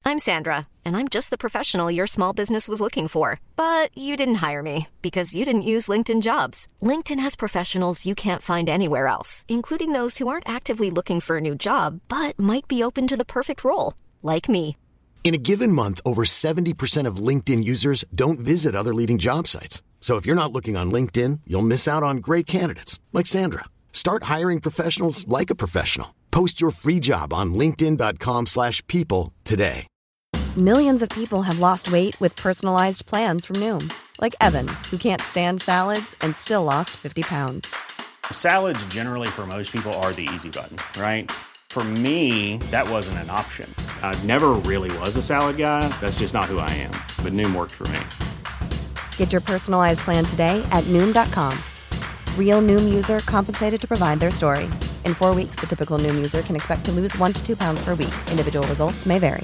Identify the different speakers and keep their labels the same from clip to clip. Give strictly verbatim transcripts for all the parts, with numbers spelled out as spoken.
Speaker 1: I'm Sandra, and I'm just the professional your small business was looking for. But you didn't hire me because you didn't use LinkedIn Jobs. LinkedIn has professionals you can't find anywhere else, including those who aren't actively looking for a new job, but might be open to the perfect role, like me.
Speaker 2: In a given month, over seventy percent of LinkedIn users don't visit other leading job sites. So if you're not looking on LinkedIn, you'll miss out on great candidates like Sandra. Start hiring professionals like a professional. Post your free job on linkedin.com slash people today.
Speaker 3: Millions of people have lost weight with personalized plans from Noom. Like Evan, who can't stand salads and still lost fifty pounds.
Speaker 4: Salads generally for most people are the easy button, right? For me, that wasn't an option. I never really was a salad guy. That's just not who I am. But Noom worked for me.
Speaker 3: Get your personalized plan today at Noom dot com. Real Noom user compensated to provide their story. In four weeks, the typical Noom user can expect to lose one to two pounds per week. Individual results may vary.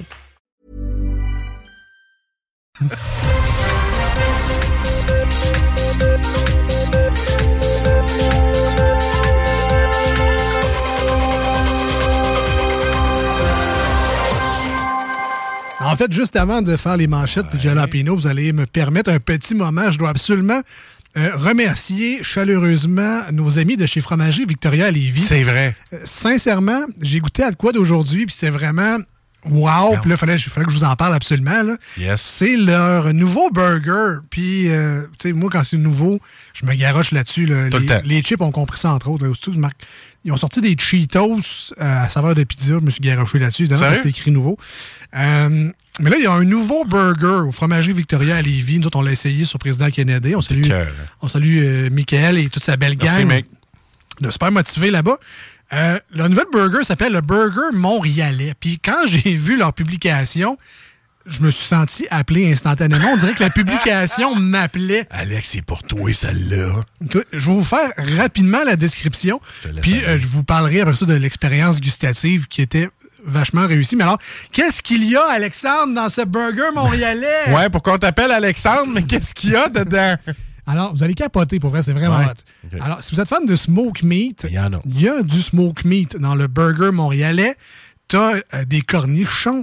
Speaker 5: En fait, juste avant de faire les manchettes de Jalapeno, vous allez me permettre un petit moment. Je dois absolument euh, remercier chaleureusement nos amis de chez Fromagerie Victoria à Lévis.
Speaker 6: C'est vrai.
Speaker 5: Euh, sincèrement, j'ai goûté à quoi d'aujourd'hui, puis c'est vraiment... Wow! Puis là, il fallait, fallait que je vous en parle absolument. Là.
Speaker 6: Yes.
Speaker 5: C'est leur nouveau burger. Puis, euh, tu sais, moi, quand c'est nouveau, je me garoche là-dessus. Là.
Speaker 6: Tout
Speaker 5: les,
Speaker 6: le temps.
Speaker 5: les chips ont compris ça, entre autres. Là, aussi, ils ont sorti des Cheetos euh, à saveur de pizza. Je me suis garoché là-dessus. Évidemment, c'était écrit nouveau. Euh, mais là, il y a un nouveau burger au Fromagerie Victoria à Lévis. Nous autres, on l'a essayé sur Président Kennedy. On salue, on salue euh, Michael et toute sa belle
Speaker 6: Merci,
Speaker 5: gang.
Speaker 6: mec.
Speaker 5: De super motivés là-bas. Euh, le nouvel burger s'appelle le Burger Montréalais. Puis quand j'ai vu leur publication, je me suis senti appelé instantanément. On dirait que la publication m'appelait.
Speaker 6: Alex, c'est pour toi, celle-là.
Speaker 5: Écoute, je vais vous faire rapidement la description. Puis euh, je vous parlerai après ça de l'expérience gustative qui était vachement réussie. Mais alors, qu'est-ce qu'il y a, Alexandre, dans ce Burger Montréalais?
Speaker 6: Ouais, pourquoi on t'appelle Alexandre, mais qu'est-ce qu'il y a dedans?
Speaker 5: Alors, vous allez capoter, pour vrai, c'est vraiment
Speaker 6: ouais.
Speaker 5: hot.
Speaker 6: Okay.
Speaker 5: Alors, si vous êtes fan de smoke meat,
Speaker 6: il y en a.
Speaker 5: Il y a du smoke meat dans le burger montréalais. T'as euh, des cornichons,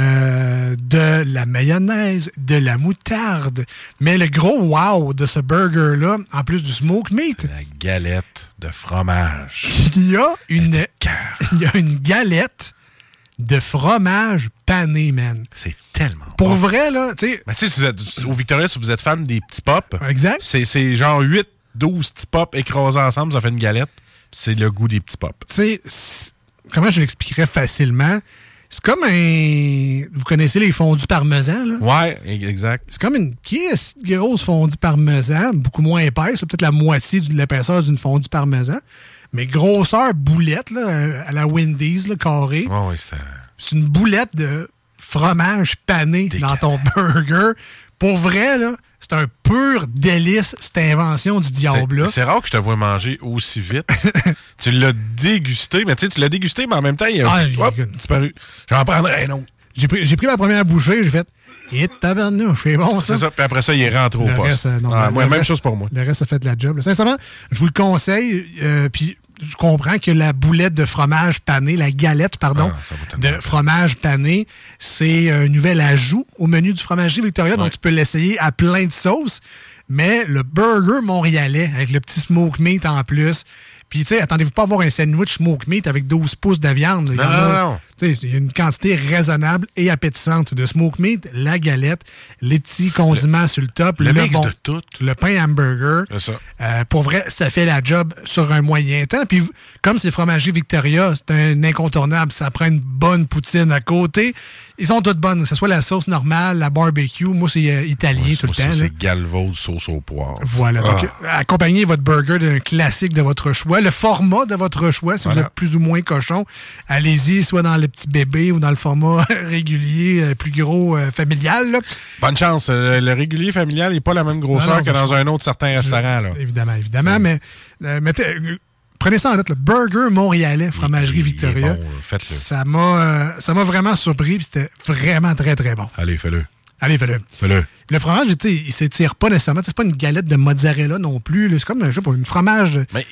Speaker 5: euh, de la mayonnaise, de la moutarde. Mais le gros wow de ce burger-là, en plus du smoke meat...
Speaker 6: La galette de fromage.
Speaker 5: Il y a une, il y a une galette de fromage pané, man.
Speaker 6: C'est tellement
Speaker 5: Pour
Speaker 6: bon.
Speaker 5: vrai, là, tu sais...
Speaker 6: Mais tu sais, si vous êtes, au Victoria, si vous êtes fan des petits pops,
Speaker 5: exact.
Speaker 6: C'est, c'est genre huit douze petits pops écrasés ensemble, ça fait une galette. C'est le goût des petits pops.
Speaker 5: Tu sais, comment je l'expliquerais facilement? C'est comme un... Vous connaissez les fondus parmesan, là?
Speaker 6: Ouais, exact.
Speaker 5: C'est comme une grosse fondue parmesan, beaucoup moins épaisse, peut-être la moitié de l'épaisseur d'une fondue parmesan. Mais grosseur boulette, là, à la Wendy's, là, carré.
Speaker 6: Oh, oui, c'est...
Speaker 5: c'est une boulette de fromage pané dans ton burger. Pour vrai, là, c'est un pur délice, cette invention du diable.
Speaker 6: C'est, c'est rare que je te vois manger aussi vite. Tu l'as dégusté, mais tu sais, tu l'as dégusté, mais en même temps, il a
Speaker 5: ah,
Speaker 6: hop, disparu. J'en prendrai un autre.
Speaker 5: J'ai pris, j'ai pris la première bouchée, j'ai fait « Et tabarnouche, c'est bon ça! »
Speaker 6: C'est ça, puis après ça, il est rentré au
Speaker 5: le
Speaker 6: poste.
Speaker 5: Reste, euh, non,
Speaker 6: ah,
Speaker 5: le,
Speaker 6: moi,
Speaker 5: le
Speaker 6: même
Speaker 5: reste,
Speaker 6: chose pour moi.
Speaker 5: Le reste a fait de la job. Là. Sincèrement, je vous le conseille, euh, puis je comprends que la boulette de fromage pané, la galette, pardon,
Speaker 6: ah,
Speaker 5: de fromage pané, c'est un nouvel ajout au menu du Fromagerie Victoria, ouais. Donc tu peux l'essayer à plein de sauces. Mais le burger montréalais, avec le petit smoke meat en plus, puis, tu sais, attendez-vous pas à avoir un sandwich smoke meat avec douze pouces de viande.
Speaker 6: Non, non, non.
Speaker 5: Tu sais, il y a une quantité raisonnable et appétissante de smoke meat, la galette, les petits condiments
Speaker 6: le,
Speaker 5: sur le top,
Speaker 6: le,
Speaker 5: le
Speaker 6: mix
Speaker 5: bon,
Speaker 6: de tout.
Speaker 5: Le pain hamburger.
Speaker 6: C'est ça.
Speaker 5: Euh, pour vrai, ça fait la job sur un moyen temps. Puis, comme c'est Fromagerie Victoria, c'est un incontournable. Ça prend une bonne poutine à côté. Ils sont toutes bonnes, que ce soit la sauce normale, la barbecue. Moi, c'est euh, italien
Speaker 6: ouais,
Speaker 5: tout le
Speaker 6: ça,
Speaker 5: temps.
Speaker 6: C'est
Speaker 5: là.
Speaker 6: Galvo sauce au poivre.
Speaker 5: Voilà.
Speaker 6: Ah.
Speaker 5: Donc, accompagnez votre burger d'un classique de votre choix. Le format de votre choix, si voilà. Vous êtes plus ou moins cochon, allez-y, soit dans le petit bébé ou dans le format régulier, euh, plus gros, euh, familial. Là.
Speaker 6: Bonne chance. Euh, le régulier familial n'est pas la même grosseur non, non, que dans un autre certain je, restaurant. Là.
Speaker 5: Évidemment, évidemment. C'est... Mais euh, mettez... Euh, prenez ça en note, le burger montréalais, Fromagerie
Speaker 6: il, il
Speaker 5: Victoria.
Speaker 6: Bon, faites-le. Ça
Speaker 5: m'a, euh, ça m'a vraiment surpris, puis c'était vraiment très, très bon.
Speaker 6: Allez, fais-le.
Speaker 5: Allez, fais-le.
Speaker 6: Fais-le.
Speaker 5: Le fromage, tu sais, il s'étire pas nécessairement. C'est pas une galette de mozzarella non plus. Là. C'est comme, je sais pas, une fromage de...
Speaker 6: Mais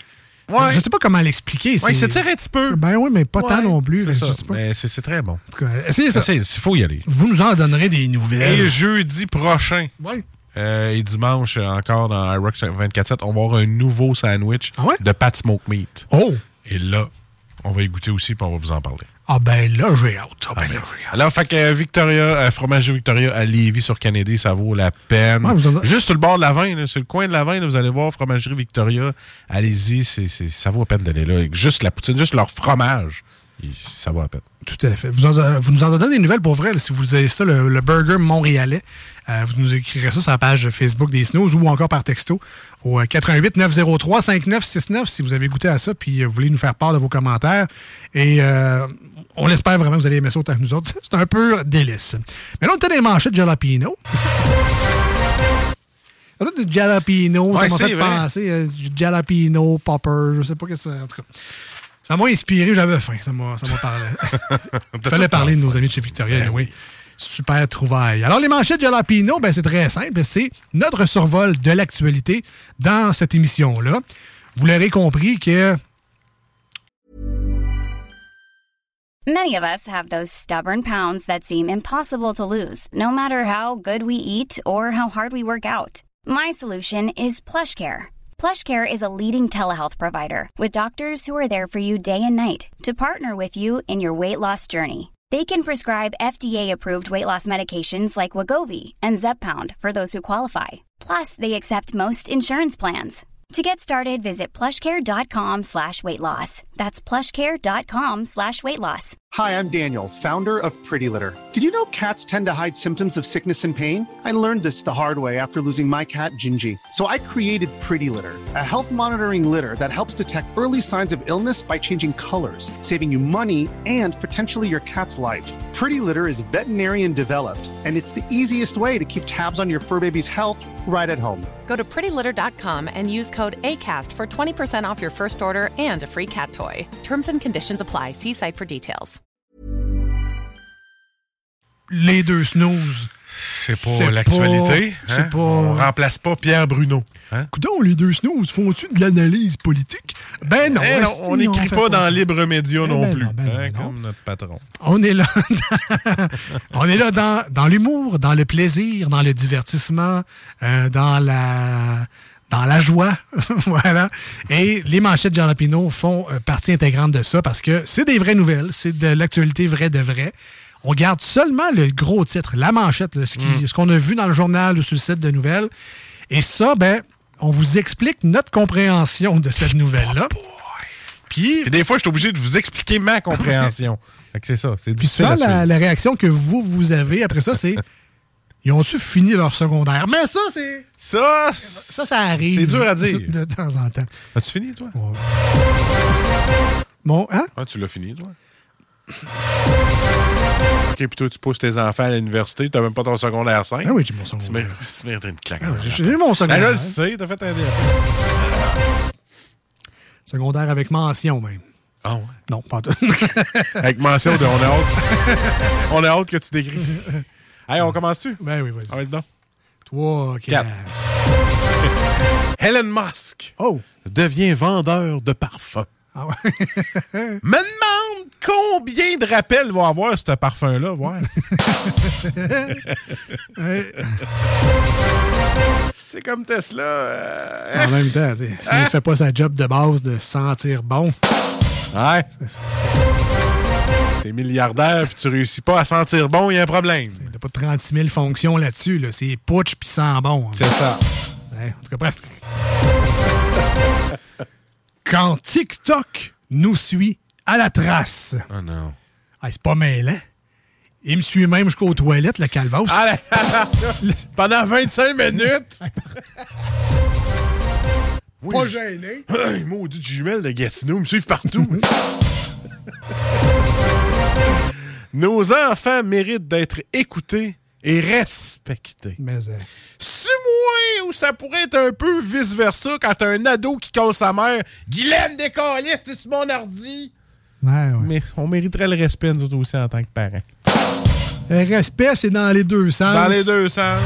Speaker 6: Ouais.
Speaker 5: Je sais pas comment l'expliquer.
Speaker 6: Ouais, il s'étire un petit peu.
Speaker 5: Ben oui, mais pas
Speaker 6: ouais,
Speaker 5: tant non plus.
Speaker 6: C'est
Speaker 5: je
Speaker 6: ça,
Speaker 5: sais pas.
Speaker 6: Mais c'est, c'est très bon. En
Speaker 5: tout cas, essayez ça.
Speaker 6: Il faut y aller.
Speaker 5: Vous nous en donnerez des nouvelles.
Speaker 6: Et jeudi prochain.
Speaker 5: Oui.
Speaker 6: Euh, et dimanche, encore dans iRock vingt-quatre sept, on va avoir un nouveau sandwich
Speaker 5: ah ouais?
Speaker 6: de Pat Smoke Meat.
Speaker 5: Oh!
Speaker 6: Et là, on va y goûter aussi et on va vous en parler.
Speaker 5: Ah ben là, j'ai hâte. Ah, ben,
Speaker 6: ah,
Speaker 5: là, j'ai hâte.
Speaker 6: Alors, fait que Victoria, euh, Fromagerie Victoria à Lévis sur Kennedy, ça vaut la peine.
Speaker 5: Ouais, vous en...
Speaker 6: Juste sur le bord de la Vin, sur le coin de la Vin, vous allez voir Fromagerie Victoria. Allez-y, c'est, c'est, ça vaut la peine d'aller là. Juste la poutine, juste leur fromage. Ça vaut la peine.
Speaker 5: Tout à fait. Vous, en, vous nous en donnez des nouvelles pour vrai. Là, si vous avez ça, le, le burger montréalais, euh, vous nous écrirez ça sur la page Facebook des Snooze ou encore par texto au quatre-vingt-huit neuf zéro trois cinquante-neuf soixante-neuf si vous avez goûté à ça puis euh, vous voulez nous faire part de vos commentaires. Et euh, on l'espère vraiment que vous allez aimer ça autant que nous autres. C'est un peu délice. Mais là, on était des manchettes de jalapeno. Ça doit être du jalapeno.
Speaker 6: Ouais,
Speaker 5: ça m'a
Speaker 6: c'est
Speaker 5: fait
Speaker 6: vrai.
Speaker 5: penser euh, du jalapeno, popper, je sais pas qu'est-ce que c'est. En tout cas. Ça m'a inspiré, j'avais faim, ça m'a, ça m'a parlé. Il fallait parler de nos amis de chez Victoria, ben oui. Super trouvaille. Alors, les manchettes de Jalapeno, ben, c'est très simple. C'est notre survol de l'actualité dans cette émission-là. Vous l'aurez compris que...
Speaker 7: Many of us have those stubborn pounds that seem impossible to lose, no matter how good we eat or how hard we work out. My solution is PlushCare. PlushCare is a leading telehealth provider with doctors who are there for you day and night to partner with you in your weight loss journey. They can prescribe F D A-approved weight loss medications like Wegovy and Zepbound for those who qualify. Plus, they accept most insurance plans. To get started, visit plushcare.com slash weight loss. That's plushcare.com slash weight loss.
Speaker 8: Hi, I'm Daniel, founder of Pretty Litter. Did you know cats tend to hide symptoms of sickness and pain? I learned this the hard way after losing my cat, Gingy. So I created Pretty Litter, a health monitoring litter that helps detect early signs of illness by changing colors, saving you money and potentially your cat's life. Pretty Litter is veterinarian developed, and it's the easiest way to keep tabs on your fur baby's health right at home.
Speaker 9: Go to pretty litter dot com and use code ACAST for twenty percent off your first order and a free cat toy. Terms and conditions apply. See site for details.
Speaker 5: Les deux snooze.
Speaker 6: C'est pas c'est l'actualité.
Speaker 5: Pas,
Speaker 6: hein?
Speaker 5: c'est pas...
Speaker 6: On remplace pas Pierre Bruno. Hein?
Speaker 5: Coudonc, les deux snooze, font-tu de l'analyse politique? Ben non.
Speaker 6: Eh non on n'écrit pas, pas dans Libre Média eh non
Speaker 5: ben
Speaker 6: plus.
Speaker 5: Non, ben
Speaker 6: hein,
Speaker 5: non,
Speaker 6: comme notre patron.
Speaker 5: On est là, dans, on est là dans, dans l'humour, dans le plaisir, dans le divertissement, euh, dans la... dans la joie, voilà. Et les manchettes de Jalapeno font euh, partie intégrante de ça parce que c'est des vraies nouvelles, c'est de l'actualité vraie de vrai. On garde seulement le gros titre, la manchette, là, ce, qui, mm. ce qu'on a vu dans le journal ou sur le site de nouvelles. Et ça, ben, on vous explique notre compréhension de cette nouvelle-là.
Speaker 6: Oh
Speaker 5: Puis,
Speaker 6: Puis des fois, je suis obligé de vous expliquer ma compréhension. Fait que c'est ça, c'est difficile à suivre.
Speaker 5: La, la réaction que vous, vous avez après ça, c'est... Ils ont-tu fini leur secondaire? Mais ça, c'est...
Speaker 6: Ça,
Speaker 5: ça, ça arrive.
Speaker 6: C'est dur à dire.
Speaker 5: De temps en temps.
Speaker 6: As-tu fini, toi?
Speaker 5: Ouais. Bon, hein?
Speaker 6: Ah, tu l'as fini, toi? OK, puis toi, tu pousses tes enfants à l'université, t'as même pas ton secondaire cinq.
Speaker 5: Ah oui, j'ai mon secondaire.
Speaker 6: Tu mérites une claque.
Speaker 5: Ah, j'ai eu mon secondaire.
Speaker 6: Ah, là, tu sais, t'as fait un D A P.
Speaker 5: Secondaire avec mention, même.
Speaker 6: Ah ouais?
Speaker 5: Non, pas tout.
Speaker 6: Avec mention, de, on a hâte. On a hâte que tu décris. Hey, on commence-tu?
Speaker 5: Ben oui, vas-y.
Speaker 6: Ah oui, non.
Speaker 5: Trois, quatre.
Speaker 6: Elon Musk
Speaker 5: oh.
Speaker 6: devient vendeur de parfums.
Speaker 5: Ah ouais.
Speaker 6: Me demande combien de rappels va avoir ce parfum-là, voir. C'est comme Tesla. Euh...
Speaker 5: En même temps, s'il ne hein? fait pas sa job de base de sentir bon.
Speaker 6: Ouais. T'es milliardaire puis tu réussis pas à sentir bon, il y a un problème.
Speaker 5: T'as pas trente-six mille fonctions là-dessus. Là. C'est putsch puis sent bon.
Speaker 6: C'est ça.
Speaker 5: Ouais, en tout cas, bref. Quand TikTok nous suit à la trace.
Speaker 6: Oh non.
Speaker 5: Ah, c'est pas mêlant. Il me suit même jusqu'aux toilettes, le calvasse.
Speaker 6: Ah, pendant vingt-cinq minutes.
Speaker 5: Oui, pas gêné.
Speaker 6: Maudit jumelle de Gatineau, me suivent partout. Nos enfants méritent d'être écoutés et respectés.
Speaker 5: Mais euh...
Speaker 6: c'est moi où ça pourrait être un peu vice-versa quand t'as un ado qui casse sa mère. Guylaine décaliste, c'est sur mon ordi.
Speaker 5: Ouais, ouais.
Speaker 6: Mais on mériterait le respect, nous autres aussi, en tant que parents.
Speaker 5: Le respect, c'est dans les deux sens.
Speaker 6: Dans les deux sens.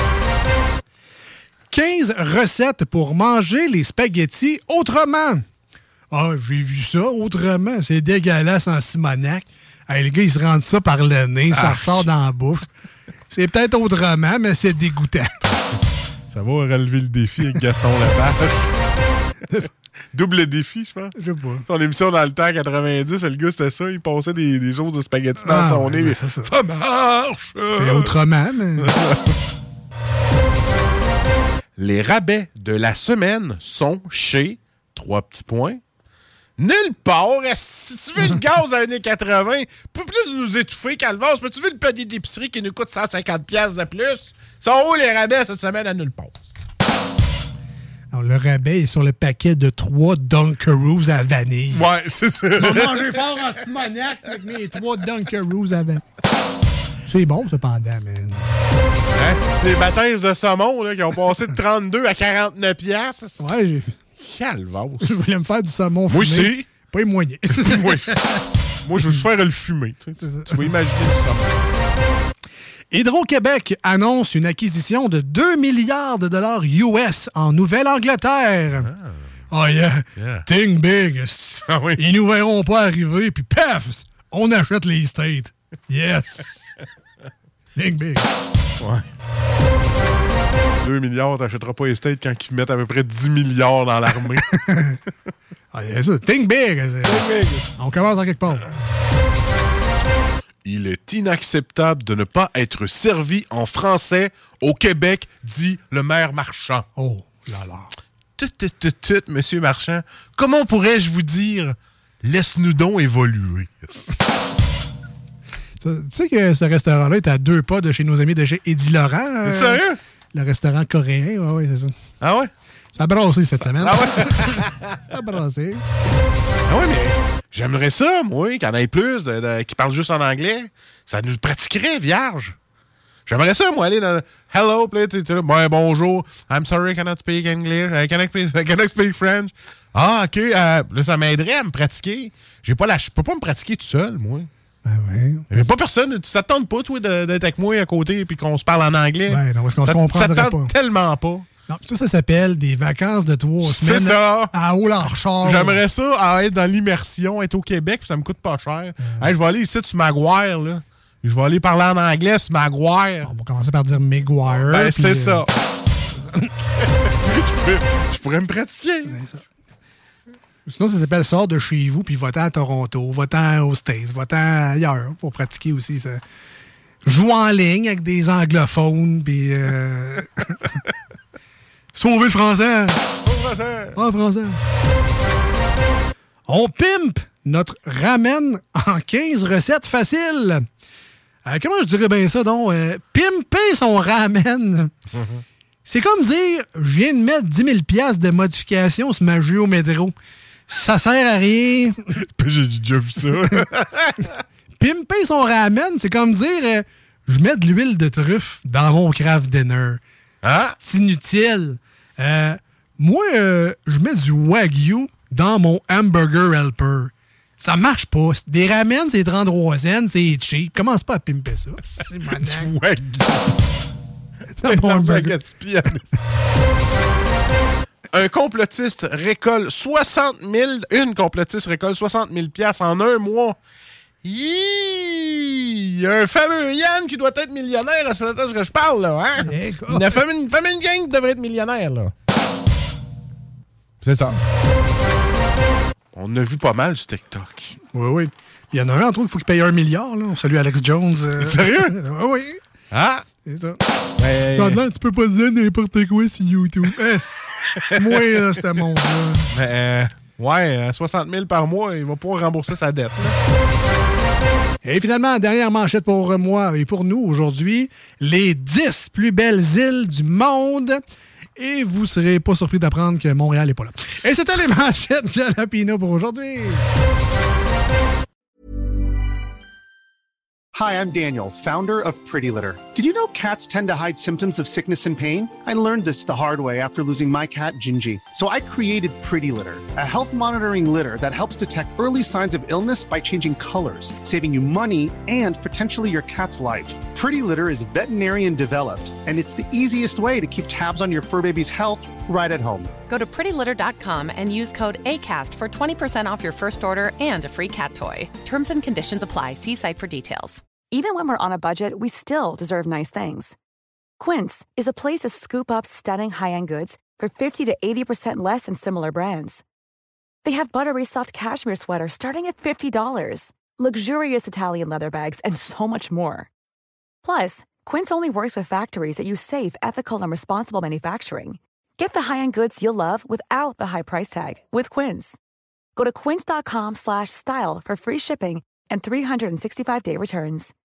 Speaker 5: quinze recettes pour manger les spaghettis autrement. Ah, j'ai vu ça autrement. C'est dégueulasse en Simonac. Hey, les gars, ils se rendent ça par le nez, ça ah, ressort dans la bouche. C'est peut-être autrement, mais c'est dégoûtant.
Speaker 6: Ça va relever le défi avec Gaston Lepage. Double défi, je pense.
Speaker 5: Je sais pas.
Speaker 6: Son émission dans le temps, quatre-vingt-dix, le gars, c'était ça. Il passait des, des choses de spaghettis dans
Speaker 5: ah,
Speaker 6: son
Speaker 5: ouais,
Speaker 6: nez. Mais
Speaker 5: ça, ça.
Speaker 6: ça marche!
Speaker 5: C'est autrement, mais...
Speaker 6: Les rabais de la semaine sont chez... Trois petits points. Nulle part. Si tu veux le gaz à un euro quatre-vingts, peux plus nous étouffer, Calvas. Peux-tu veux le panier d'épicerie qui nous coûte cent cinquante dollars de plus? Sont où les rabais cette semaine à nulle part?
Speaker 5: Alors, le rabais est sur le paquet de trois Dunkaroos à vanille.
Speaker 6: Ouais, c'est ça.
Speaker 5: On va manger fort en Simonac avec mes trois Dunkaroos à vanille. C'est bon, cependant, mais...
Speaker 6: Hein? Les baptêmes de saumon là, qui ont passé de trente-deux à quarante-neuf piastres.
Speaker 5: Ouais, j'ai...
Speaker 6: Calvas.
Speaker 5: Je voulais me faire du saumon fumé.
Speaker 6: Moi aussi.
Speaker 5: Pas les moyens.
Speaker 6: Moi, Moi, je veux faire le fumer. Tu, sais. Tu vas imaginer du saumon.
Speaker 5: Hydro-Québec annonce une acquisition de deux milliards de dollars U S en Nouvelle-Angleterre. Ah, oh yeah. yeah. Think big. Ah, oui. Ils nous verront pas arriver, puis paf, on achète les States. Yes. Think big.
Speaker 6: Ouais. deux milliards, t'achèteras pas les States quand ils mettent à peu près dix milliards dans l'armée.
Speaker 5: Ah, c'est ça. Think big.
Speaker 6: Think big.
Speaker 5: On commence en quelque part.
Speaker 6: Il est inacceptable de ne pas être servi en français au Québec, dit le maire Marchand.
Speaker 5: Oh, là là.
Speaker 6: Tut, tut, tut, tut, monsieur Marchand. Comment pourrais-je vous dire? Laisse-nous donc évoluer.
Speaker 5: Tu sais que ce restaurant-là est à deux pas de chez nos amis de chez Eddie Laurent. Euh,
Speaker 6: Sérieux?
Speaker 5: Le restaurant coréen, oui, oui, c'est ça.
Speaker 6: Ah ouais?
Speaker 5: Ça a brassé cette semaine.
Speaker 6: Ah ouais?
Speaker 5: Ça a brassé.
Speaker 6: Ah ouais, mais j'aimerais ça, moi, qu'il y en ait plus de, de, qui parlent juste en anglais. Ça nous pratiquerait, vierge. J'aimerais ça, moi, aller dans Hello, play, tu sais, ouais, bonjour. I'm sorry, I cannot speak English. I cannot, I cannot speak French. Ah, OK. Euh, là, ça m'aiderait à me pratiquer. J'ai pas la, je peux pas me pratiquer tout seul, moi.
Speaker 5: Ben oui.
Speaker 6: Il n'y a pas personne. Tu t'attends pas, toi, d'être avec moi à côté et qu'on se parle en anglais.
Speaker 5: Ben non, parce qu'on
Speaker 6: ça,
Speaker 5: se comprendrait
Speaker 6: ça
Speaker 5: pas.
Speaker 6: tellement pas.
Speaker 5: Non, ça, ça s'appelle des vacances de trois semaines.
Speaker 6: C'est ça.
Speaker 5: À Haut-Larchard.
Speaker 6: J'aimerais ça à être dans l'immersion, être au Québec, puis ça me coûte pas cher. Euh... Hey, je vais aller ici sur Maguire, là. Je vais aller parler en anglais sur Maguire.
Speaker 5: On va commencer par dire Maguire.
Speaker 6: Ben, c'est
Speaker 5: euh...
Speaker 6: ça. je, peux, je pourrais me pratiquer.
Speaker 5: C'est ça. Sinon, ça s'appelle Sors de chez vous, puis va-t'en à Toronto, va-t'en aux States, va-t'en ailleurs pour pratiquer aussi. Ça. Joue en ligne avec des anglophones, puis... Euh... Sauver le français!
Speaker 6: Sauver le français!
Speaker 5: Ah, français! On pimpe notre ramen en quinze recettes faciles. Euh, comment je dirais bien ça, donc? Euh, pimper son ramen. Mm-hmm. C'est comme dire, je viens de mettre dix mille dollars de modification sur ma géométro. Ça sert à rien.
Speaker 6: J'ai déjà vu ça.
Speaker 5: Pimper son ramen, c'est comme dire, euh, je mets de l'huile de truffe dans mon craft dinner.
Speaker 6: Hein?
Speaker 5: C'est inutile. Euh, moi, euh, je mets du Wagyu dans mon hamburger helper. Ça marche pas. Des ramen, c'est trente-trois cents, c'est cheap. Commence pas à pimper ça. C'est
Speaker 6: du Wagyu.
Speaker 5: Un bon hamburger.
Speaker 6: Un complotiste récolte soixante mille... Une complotiste récolte soixante mille dollars en un mois. Il y a un fameux Yann qui doit être millionnaire à ce que je parle, là, hein? Une famille, une famille gang qui devrait être millionnaire, là. C'est ça. On a vu pas mal sur TikTok.
Speaker 5: Oui, oui. Il y en a un, entre autres, il faut qu'il paye un milliard, là. On salue Alex Jones. Euh...
Speaker 6: Sérieux?
Speaker 5: Oui, oui.
Speaker 6: Ah!
Speaker 5: C'est ça.
Speaker 6: Mais...
Speaker 5: Là, tu peux pas dire n'importe quoi sur YouTube. Eh, moi, là, c'était mon gars.
Speaker 6: Mais, euh, ouais, soixante mille par mois, il va pouvoir rembourser sa dette, là.
Speaker 5: Et finalement, dernière manchette pour moi et pour nous aujourd'hui, les dix plus belles îles du monde. Et vous ne serez pas surpris d'apprendre que Montréal n'est pas là. Et c'était les manchettes Jalapino pour aujourd'hui.
Speaker 8: Hi, I'm Daniel, founder of Pretty Litter. Did you know cats tend to hide symptoms of sickness and pain? I learned this the hard way after losing my cat, Gingy. So I created Pretty Litter, a health monitoring litter that helps detect early signs of illness by changing colors, saving you money and potentially your cat's life. Pretty Litter is veterinarian developed, and it's the easiest way to keep tabs on your fur baby's health right at home.
Speaker 9: Go to pretty litter dot com and use code ACAST for twenty percent off your first order and a free cat toy. Terms and conditions apply. See site for details.
Speaker 10: Even when we're on a budget, we still deserve nice things. Quince is a place to scoop up stunning high-end goods for fifty to eighty percent less than similar brands. They have buttery soft cashmere sweaters starting at fifty dollars, luxurious Italian leather bags, and so much more. Plus, Quince only works with factories that use safe, ethical, and responsible manufacturing. Get the high-end goods you'll love without the high price tag with Quince. Go to quince dot com slash style for free shipping and three sixty-five day returns.